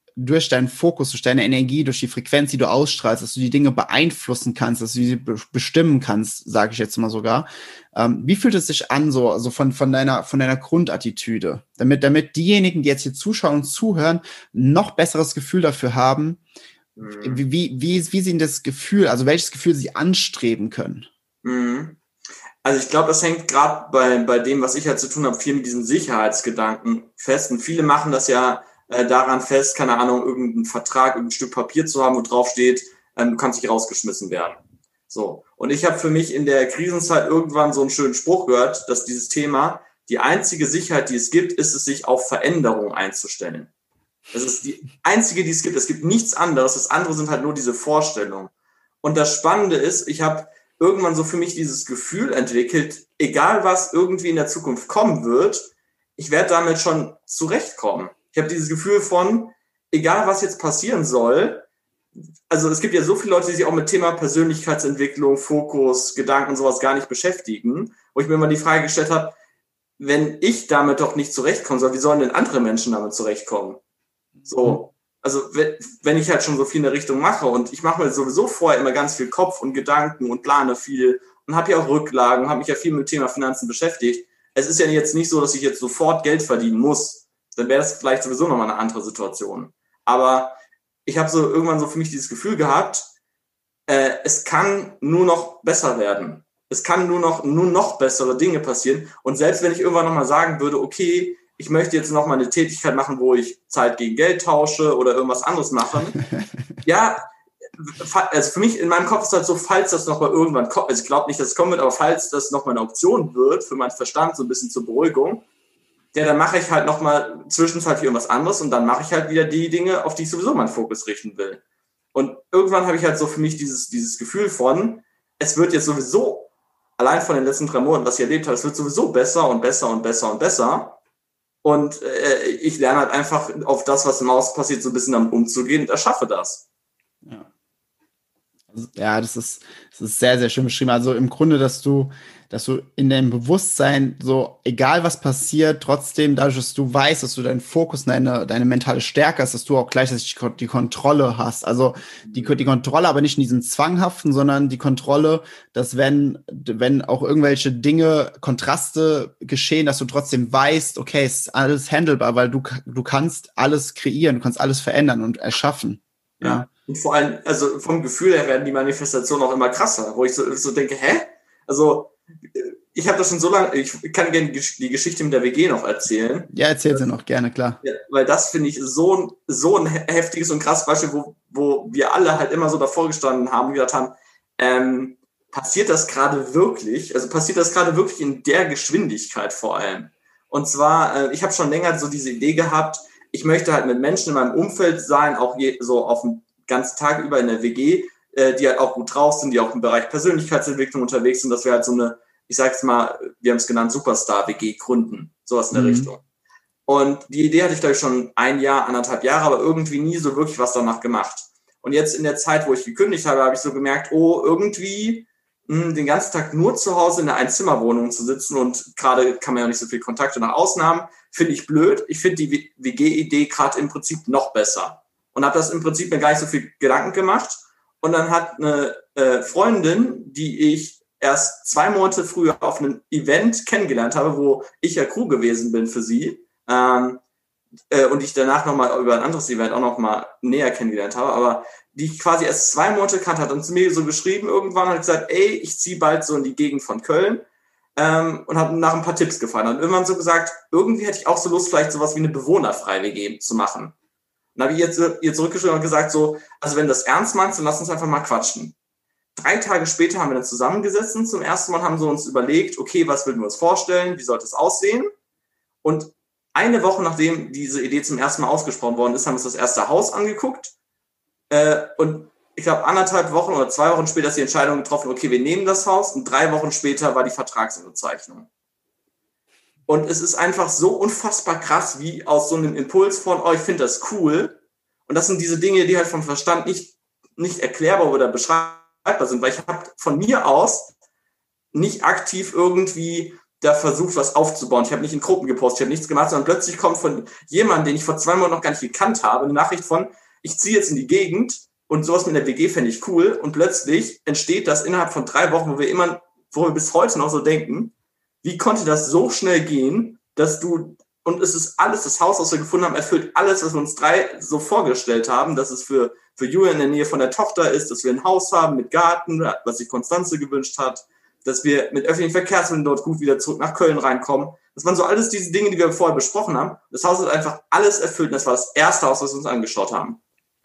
durch deinen Fokus, durch deine Energie, durch die Frequenz, die du ausstrahlst, dass du die Dinge beeinflussen kannst, dass du sie be- bestimmen kannst, sage ich jetzt mal sogar. Ähm, wie fühlt es sich an, so also von von deiner von deiner Grundattitüde, damit damit diejenigen, die jetzt hier zuschauen und zuhören, noch besseres Gefühl dafür haben, Mhm. wie wie wie, wie sie das Gefühl, also welches Gefühl sie anstreben können? Mhm. Also ich glaube, das hängt gerade bei, bei dem, was ich halt zu tun habe, viel mit diesen Sicherheitsgedanken fest. Und viele machen das ja äh, daran fest, keine Ahnung, irgendeinen Vertrag, irgendein Stück Papier zu haben, wo drauf steht, ähm, du kannst nicht rausgeschmissen werden. So. Und ich habe für mich in der Krisenzeit irgendwann so einen schönen Spruch gehört, dass dieses Thema, die einzige Sicherheit, die es gibt, ist es, sich auf Veränderung einzustellen. Das ist die einzige, die es gibt. Es gibt nichts anderes. Das andere sind halt nur diese Vorstellungen. Und das Spannende ist, ich habe irgendwann so für mich dieses Gefühl entwickelt, egal was irgendwie in der Zukunft kommen wird, ich werde damit schon zurechtkommen. Ich habe dieses Gefühl von, egal was jetzt passieren soll, also es gibt ja so viele Leute, die sich auch mit Thema Persönlichkeitsentwicklung, Fokus, Gedanken und sowas gar nicht beschäftigen, wo ich mir immer die Frage gestellt habe, wenn ich damit doch nicht zurechtkommen soll, wie sollen denn andere Menschen damit zurechtkommen? So, also wenn, wenn ich halt schon so viel in der Richtung mache und ich mache mir sowieso vorher immer ganz viel Kopf und Gedanken und plane viel und habe ja auch Rücklagen, habe mich ja viel mit dem Thema Finanzen beschäftigt. Es ist ja jetzt nicht so, dass ich jetzt sofort Geld verdienen muss. Dann wäre das vielleicht sowieso nochmal eine andere Situation. Aber ich habe so irgendwann so für mich dieses Gefühl gehabt, äh, es kann nur noch besser werden. Es kann nur noch, nur noch bessere Dinge passieren. Und selbst wenn ich irgendwann nochmal sagen würde, okay, ich möchte jetzt noch mal eine Tätigkeit machen, wo ich Zeit gegen Geld tausche oder irgendwas anderes machen. Ja, also für mich in meinem Kopf ist halt so, falls das noch mal irgendwann kommt, also ich glaube nicht, dass es kommen wird, aber falls das noch mal eine Option wird für meinen Verstand, so ein bisschen zur Beruhigung, ja, dann mache ich halt noch mal zwischenzeitlich irgendwas anderes und dann mache ich halt wieder die Dinge, auf die ich sowieso meinen Fokus richten will. Und irgendwann habe ich halt so für mich dieses, dieses Gefühl von, es wird jetzt sowieso, allein von den letzten drei Monaten, was ich erlebt habe, es wird sowieso besser und besser und besser und besser. Und äh, ich lerne halt einfach auf das, was im Außen passiert, so ein bisschen damit umzugehen und erschaffe das. Ja. Also, ja, das ist, das ist sehr, sehr schön beschrieben. Also im Grunde, dass du, dass du in deinem Bewusstsein so, egal was passiert, trotzdem, dadurch, dass du weißt, dass du deinen Fokus, deine, deine mentale Stärke hast, dass du auch gleichzeitig die, die Kontrolle hast. Also die, die Kontrolle, aber nicht in diesem Zwanghaften, sondern die Kontrolle, dass wenn, wenn auch irgendwelche Dinge, Kontraste geschehen, dass du trotzdem weißt, okay, es ist alles handelbar, weil du, du kannst alles kreieren, du kannst alles verändern und erschaffen. Ja. Ja. Und vor allem, also vom Gefühl her werden die Manifestationen auch immer krasser, wo ich so, so denke, hä? Also ich habe das schon so lange, ich kann gerne die Geschichte mit der W G noch erzählen. Ja, erzähl sie noch, gerne, klar. Ja, weil das finde ich so ein, so ein heftiges und krasses Beispiel, wo, wo wir alle halt immer so davor gestanden haben und gedacht haben, ähm, passiert das gerade wirklich? Also passiert das gerade wirklich in der Geschwindigkeit vor allem? Und zwar, äh, ich habe schon länger so diese Idee gehabt, ich möchte halt mit Menschen in meinem Umfeld sein, auch je, so auf den ganzen Tag über in der W G, äh, die halt auch gut drauf sind, die auch im Bereich Persönlichkeitsentwicklung unterwegs sind, dass wir halt so eine, ich sag's mal, wir haben es genannt, Superstar-W G gründen, sowas in der Mhm. Richtung. Und die Idee hatte ich, glaube ich, schon ein Jahr, anderthalb Jahre, aber irgendwie nie so wirklich was danach gemacht. Und jetzt in der Zeit, wo ich gekündigt habe, habe ich so gemerkt, oh, irgendwie mh, den ganzen Tag nur zu Hause in einer Einzimmerwohnung zu sitzen und gerade kann man ja nicht so viel Kontakte nach außen haben, finde ich blöd. Ich finde die W G-Idee gerade im Prinzip noch besser. Und habe das im Prinzip mir gar nicht so viel Gedanken gemacht. Und dann hat eine äh, Freundin, die ich erst zwei Monate früher auf einem Event kennengelernt habe, wo ich ja Crew gewesen bin für sie, ähm, äh, und ich danach nochmal über ein anderes Event auch nochmal näher kennengelernt habe, aber die ich quasi erst zwei Monate kannte, hat und zu mir so geschrieben irgendwann, hat gesagt, ey, ich ziehe bald so in die Gegend von Köln, ähm, und hat nach ein paar Tipps gefallen. Und irgendwann so gesagt, irgendwie hätte ich auch so Lust, vielleicht sowas wie eine Bewohnerfrei-W G zu machen. Und dann habe ich jetzt ihr zurückgeschrieben und gesagt so, also wenn du das ernst meinst, dann lass uns einfach mal quatschen. Drei Tage später haben wir dann zusammengesessen. Zum ersten Mal haben sie uns überlegt, okay, was würden wir uns vorstellen? Wie sollte es aussehen? Und eine Woche nachdem diese Idee zum ersten Mal ausgesprochen worden ist, haben wir uns das erste Haus angeguckt. Äh, und ich glaube, anderthalb Wochen oder zwei Wochen später ist die Entscheidung getroffen, okay, wir nehmen das Haus. Und drei Wochen später war die Vertragsunterzeichnung. Und es ist einfach so unfassbar krass, wie aus so einem Impuls von, oh, ich finde das cool. Und das sind diese Dinge, die halt vom Verstand nicht, nicht erklärbar oder beschreibbar sind, weil ich habe von mir aus nicht aktiv irgendwie da versucht, was aufzubauen. Ich habe nicht in Gruppen gepostet, ich habe nichts gemacht, sondern plötzlich kommt von jemandem, den ich vor zwei Monaten noch gar nicht gekannt habe, eine Nachricht von, ich ziehe jetzt in die Gegend und sowas mit der W G fände ich cool. Und plötzlich entsteht das innerhalb von drei Wochen, wo wir immer, wo wir bis heute noch so denken, wie konnte das so schnell gehen, dass du, und es ist alles, das Haus, was wir gefunden haben, erfüllt alles, was wir uns drei so vorgestellt haben, dass es für, für Julian in der Nähe von der Tochter ist, dass wir ein Haus haben mit Garten, was sich Konstanze gewünscht hat, dass wir mit öffentlichen Verkehrsmitteln dort gut wieder zurück nach Köln reinkommen. Das waren so alles diese Dinge, die wir vorher besprochen haben. Das Haus hat einfach alles erfüllt und das war das erste Haus, was wir uns angeschaut haben.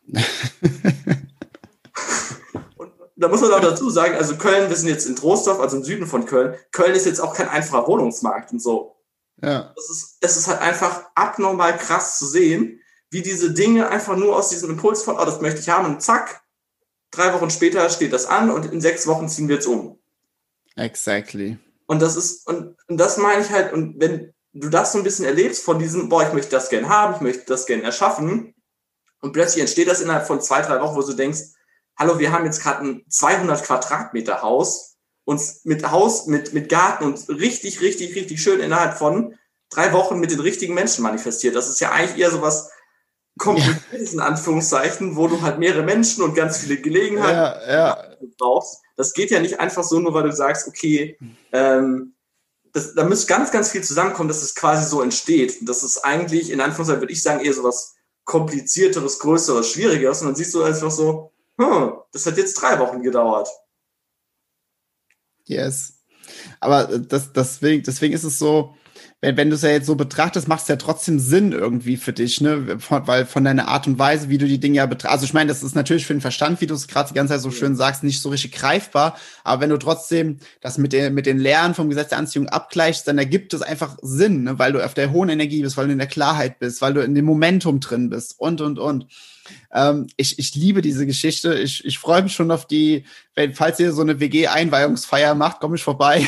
Und da muss man auch dazu sagen, also Köln, wir sind jetzt in Troisdorf, also im Süden von Köln. Köln ist jetzt auch kein einfacher Wohnungsmarkt und so. Ja. Das ist, es ist halt einfach abnormal krass zu sehen, wie diese Dinge einfach nur aus diesem Impuls von, oh, das möchte ich haben und zack, drei Wochen später steht das an und in sechs Wochen ziehen wir jetzt um. Exactly. Und das ist, und, und das meine ich halt, und wenn du das so ein bisschen erlebst von diesem, boah, ich möchte das gerne haben, ich möchte das gerne erschaffen und plötzlich entsteht das innerhalb von zwei, drei Wochen, wo du denkst, hallo, wir haben jetzt gerade ein zweihundert Quadratmeter Haus, uns mit Haus, mit, mit Garten und richtig, richtig, richtig schön innerhalb von drei Wochen mit den richtigen Menschen manifestiert. Das ist ja eigentlich eher so was Kompliziertes in Anführungszeichen, wo du halt mehrere Menschen und ganz viele Gelegenheiten ja, ja. brauchst. Das geht ja nicht einfach so, nur weil du sagst, okay, ähm, das, da müsste ganz, ganz viel zusammenkommen, dass es quasi so entsteht. Und das ist eigentlich, in Anführungszeichen würde ich sagen, eher so was Komplizierteres, Größeres, Schwierigeres. Und dann siehst du einfach so, hm, das hat jetzt drei Wochen gedauert. Yes. Aber das, deswegen, deswegen ist es so, wenn, wenn du es ja jetzt so betrachtest, macht es ja trotzdem Sinn irgendwie für dich, ne? Von, weil von deiner Art und Weise, wie du die Dinge ja betrachtest. Also ich meine, das ist natürlich für den Verstand, wie du es gerade die ganze Zeit so schön sagst, nicht so richtig greifbar. Aber wenn du trotzdem das mit den, mit den Lehren vom Gesetz der Anziehung abgleichst, dann ergibt es einfach Sinn, ne? Weil du auf der hohen Energie bist, weil du in der Klarheit bist, weil du in dem Momentum drin bist und, und, und. Ähm, ich, ich liebe diese Geschichte. Ich, ich freue mich schon auf die, wenn, falls ihr so eine W G-Einweihungsfeier macht, komme ich vorbei.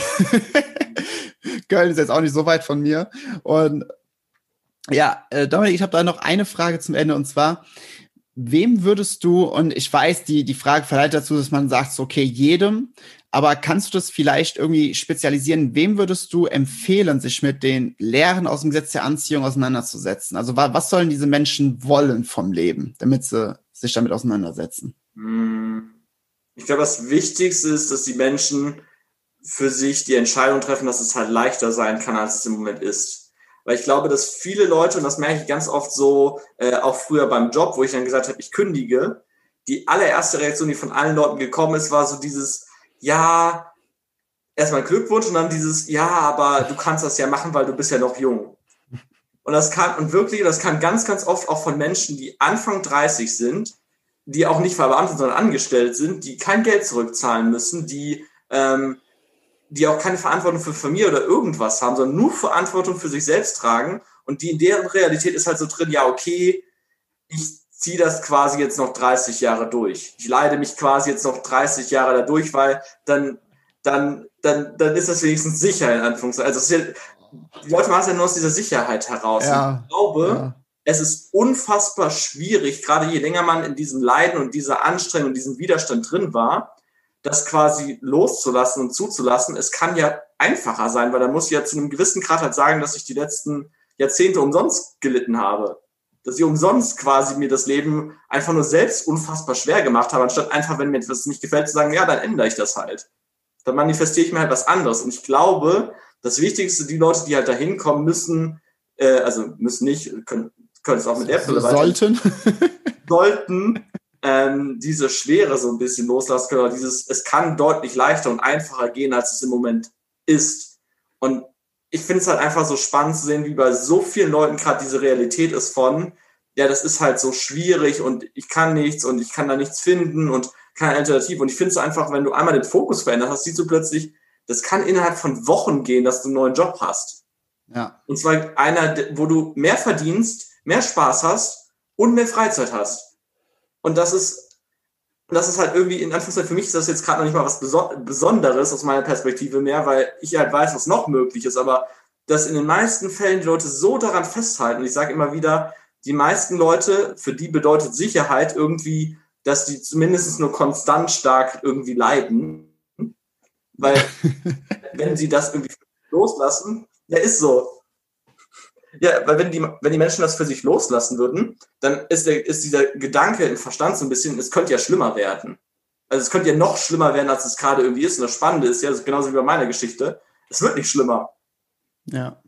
Köln ist jetzt auch nicht so weit von mir. Und ja, äh, Dominik, ich habe da noch eine Frage zum Ende, und zwar, wem würdest du, und ich weiß, die, die Frage verleitet dazu, dass man sagt, so, okay, jedem, aber kannst du das vielleicht irgendwie spezialisieren? Wem würdest du empfehlen, sich mit den Lehren aus dem Gesetz der Anziehung auseinanderzusetzen? Also wa- was sollen diese Menschen wollen vom Leben, damit sie sich damit auseinandersetzen? Ich glaube, das Wichtigste ist, dass die Menschen für sich die Entscheidung treffen, dass es halt leichter sein kann, als es im Moment ist. Weil ich glaube, dass viele Leute, und das merke ich ganz oft so, äh, auch früher beim Job, wo ich dann gesagt habe, ich kündige, die allererste Reaktion, die von allen Leuten gekommen ist, war so dieses, ja, erstmal Glückwunsch und dann dieses, ja, aber du kannst das ja machen, weil du bist ja noch jung. Und das kann, und wirklich, das kann ganz, ganz oft auch von Menschen, die Anfang dreißig sind, die auch nicht verbeamtet, sondern angestellt sind, die kein Geld zurückzahlen müssen, die, ähm, die auch keine Verantwortung für Familie oder irgendwas haben, sondern nur Verantwortung für sich selbst tragen. Und die in deren Realität ist halt so drin, ja, okay, ich ziehe das quasi jetzt noch dreißig Jahre durch. Ich leide mich quasi jetzt noch dreißig Jahre da durch, weil dann, dann, dann, dann ist das wenigstens sicher, in Anführungszeichen. Also es ist ja, die Leute machen es ja nur aus dieser Sicherheit heraus. Ja, ich glaube, ja. es ist unfassbar schwierig, gerade je länger man in diesem Leiden und dieser Anstrengung und diesem Widerstand drin war, das quasi loszulassen und zuzulassen. Es kann ja einfacher sein, weil da muss ich ja zu einem gewissen Grad halt sagen, dass ich die letzten Jahrzehnte umsonst gelitten habe. Dass ich umsonst quasi mir das Leben einfach nur selbst unfassbar schwer gemacht habe, anstatt einfach, wenn mir etwas nicht gefällt, zu sagen, ja, dann ändere ich das halt. Dann manifestiere ich mir halt was anderes. Und ich glaube, das Wichtigste, die Leute, die halt da hinkommen, müssen, äh, also müssen nicht, können, können es auch mit der Brille weiter. Sollten. Sollten ähm, diese Schwere so ein bisschen loslassen können, oder dieses, es kann deutlich leichter und einfacher gehen, als es im Moment ist. Und ich finde es halt einfach so spannend zu sehen, wie bei so vielen Leuten gerade diese Realität ist von, ja, das ist halt so schwierig und ich kann nichts und ich kann da nichts finden und keine Alternative. Und ich finde es einfach, wenn du einmal den Fokus verändert hast, siehst du plötzlich, das kann innerhalb von Wochen gehen, dass du einen neuen Job hast. Ja. Und zwar einer, wo du mehr verdienst, mehr Spaß hast und mehr Freizeit hast. Und das ist, das ist halt irgendwie, in Anführungszeichen, für mich ist das jetzt gerade noch nicht mal was Besonderes aus meiner Perspektive mehr, weil ich halt weiß, was noch möglich ist, aber dass in den meisten Fällen die Leute so daran festhalten, und ich sage immer wieder, die meisten Leute, für die bedeutet Sicherheit irgendwie, dass die zumindest nur konstant stark irgendwie leiden, weil wenn sie das irgendwie loslassen. Ja, ist so. Ja, weil wenn die, wenn die Menschen das für sich loslassen würden, dann ist, der, ist dieser Gedanke im Verstand so ein bisschen, es könnte ja schlimmer werden. Also es könnte ja noch schlimmer werden, als es gerade irgendwie ist. Und das Spannende ist ja, das ist genauso wie bei meiner Geschichte, es wird nicht schlimmer. Ja.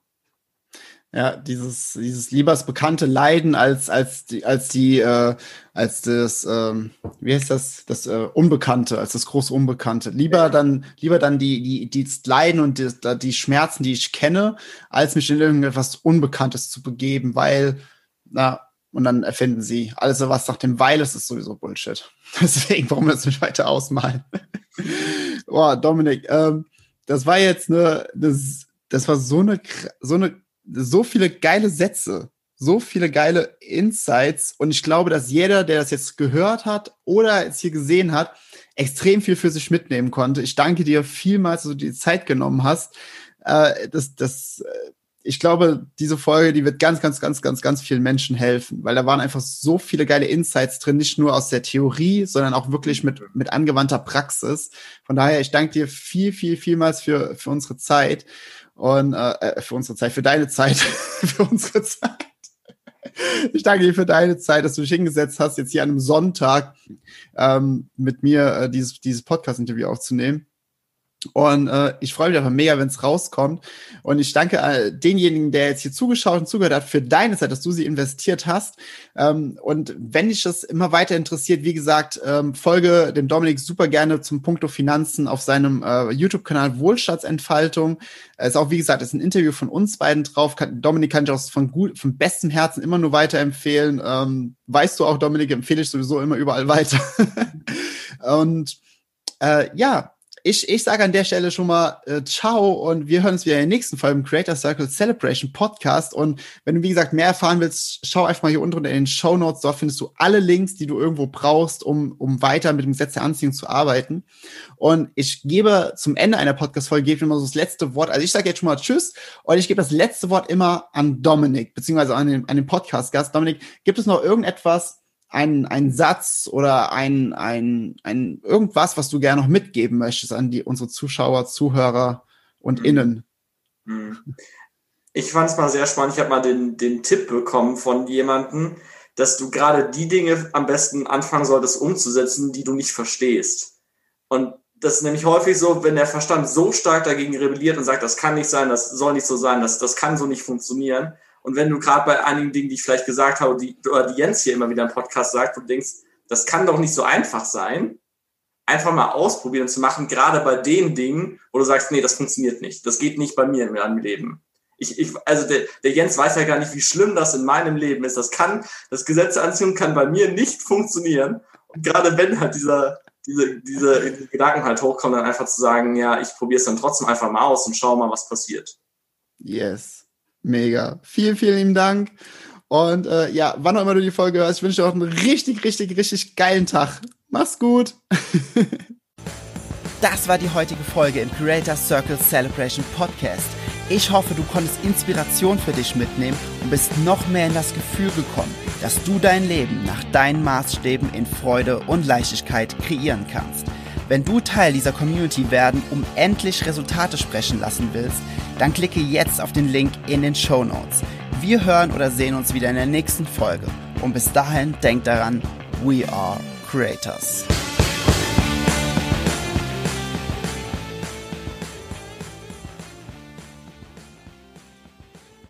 Ja, dieses, dieses lieber das bekannte Leiden als, als die, als die, äh, als das, ähm, wie heißt das, das äh, Unbekannte, als das große Unbekannte. Lieber dann, lieber dann die, die, die Leiden und die, die Schmerzen, die ich kenne, als mich in irgendetwas Unbekanntes zu begeben, weil, na, und dann erfinden sie alles, was nach dem Weil ist, ist sowieso Bullshit. Deswegen brauchen wir es nicht weiter ausmalen. Boah, Dominik, ähm, das war jetzt eine, das, das war so eine, so eine, so viele geile Sätze, so viele geile Insights und ich glaube, dass jeder, der das jetzt gehört hat oder jetzt hier gesehen hat, extrem viel für sich mitnehmen konnte. Ich danke dir vielmals, dass du die Zeit genommen hast. Äh, das, das, ich glaube, diese Folge, die wird ganz, ganz, ganz, ganz, ganz vielen Menschen helfen, weil da waren einfach so viele geile Insights drin, nicht nur aus der Theorie, sondern auch wirklich mit, mit angewandter Praxis. Von daher, ich danke dir viel, viel, vielmals für, für unsere Zeit. Und äh, für unsere Zeit, für deine Zeit, für unsere Zeit. Ich danke dir für deine Zeit, dass du dich hingesetzt hast, jetzt hier an einem Sonntag ähm, mit mir äh, dieses, dieses Podcast-Interview aufzunehmen. Und äh, ich freue mich einfach mega, wenn es rauskommt. Und ich danke äh, denjenigen, der jetzt hier zugeschaut und zugehört hat, für deine Zeit, dass du sie investiert hast. Ähm, und wenn dich das immer weiter interessiert, wie gesagt, ähm, folge dem Dominik super gerne zum Punkto Finanzen auf seinem äh, YouTube-Kanal Wohlstandsentfaltung. Es ist auch, wie gesagt, ist ein Interview von uns beiden drauf. Kann, Dominik kann ich auch von, gut, von bestem Herzen immer nur weiterempfehlen. Ähm, weißt du auch, Dominik, empfehle ich sowieso immer überall weiter. Und äh, ja, Ich, ich sage an der Stelle schon mal äh, ciao und wir hören uns wieder in der nächsten Folge im Creator Circle Celebration Podcast. Und wenn du, wie gesagt, mehr erfahren willst, schau einfach mal hier unten in den Shownotes. Dort findest du alle Links, die du irgendwo brauchst, um, um weiter mit dem Gesetz der Anziehung zu arbeiten. Und ich gebe zum Ende einer Podcast-Folge gebe ich immer so das letzte Wort. Also ich sage jetzt schon mal Tschüss und ich gebe das letzte Wort immer an Dominik, beziehungsweise an den, an den Podcast-Gast. Dominik, gibt es noch irgendetwas, Ein, ein Satz oder ein, ein, ein irgendwas, was du gerne noch mitgeben möchtest an die unsere Zuschauer, Zuhörer und mhm. Innen? Ich fand es mal sehr spannend. Ich habe mal den, den Tipp bekommen von jemandem, dass du gerade die Dinge am besten anfangen solltest umzusetzen, die du nicht verstehst. Und das ist nämlich häufig so, wenn der Verstand so stark dagegen rebelliert und sagt, das kann nicht sein, das soll nicht so sein, das, das kann so nicht funktionieren. Und wenn du gerade bei einigen Dingen, die ich vielleicht gesagt habe, die, oder die Jens hier immer wieder im Podcast sagt, wo du denkst, das kann doch nicht so einfach sein, einfach mal ausprobieren zu machen, gerade bei den Dingen, wo du sagst, nee, das funktioniert nicht. Das geht nicht bei mir in meinem Leben. Ich, ich, also der, der Jens weiß ja gar nicht, wie schlimm das in meinem Leben ist. Das kann, das Gesetz der Anziehung kann bei mir nicht funktionieren. Und gerade wenn halt dieser, diese, diese, diese Gedanken halt hochkommen, dann einfach zu sagen, ja, ich probiere es dann trotzdem einfach mal aus und schau mal, was passiert. Yes. Mega. Vielen, vielen lieben Dank. Und äh, ja, wann auch immer du die Folge hörst, ich wünsche dir auch einen richtig, richtig, richtig geilen Tag. Mach's gut. Das war die heutige Folge im Creator Circle Celebration Podcast. Ich hoffe, du konntest Inspiration für dich mitnehmen und bist noch mehr in das Gefühl gekommen, dass du dein Leben nach deinen Maßstäben in Freude und Leichtigkeit kreieren kannst. Wenn du Teil dieser Community werden, um endlich Resultate sprechen lassen willst, dann klicke jetzt auf den Link in den Shownotes. Wir hören oder sehen uns wieder in der nächsten Folge. Und bis dahin, denk daran, we are creators.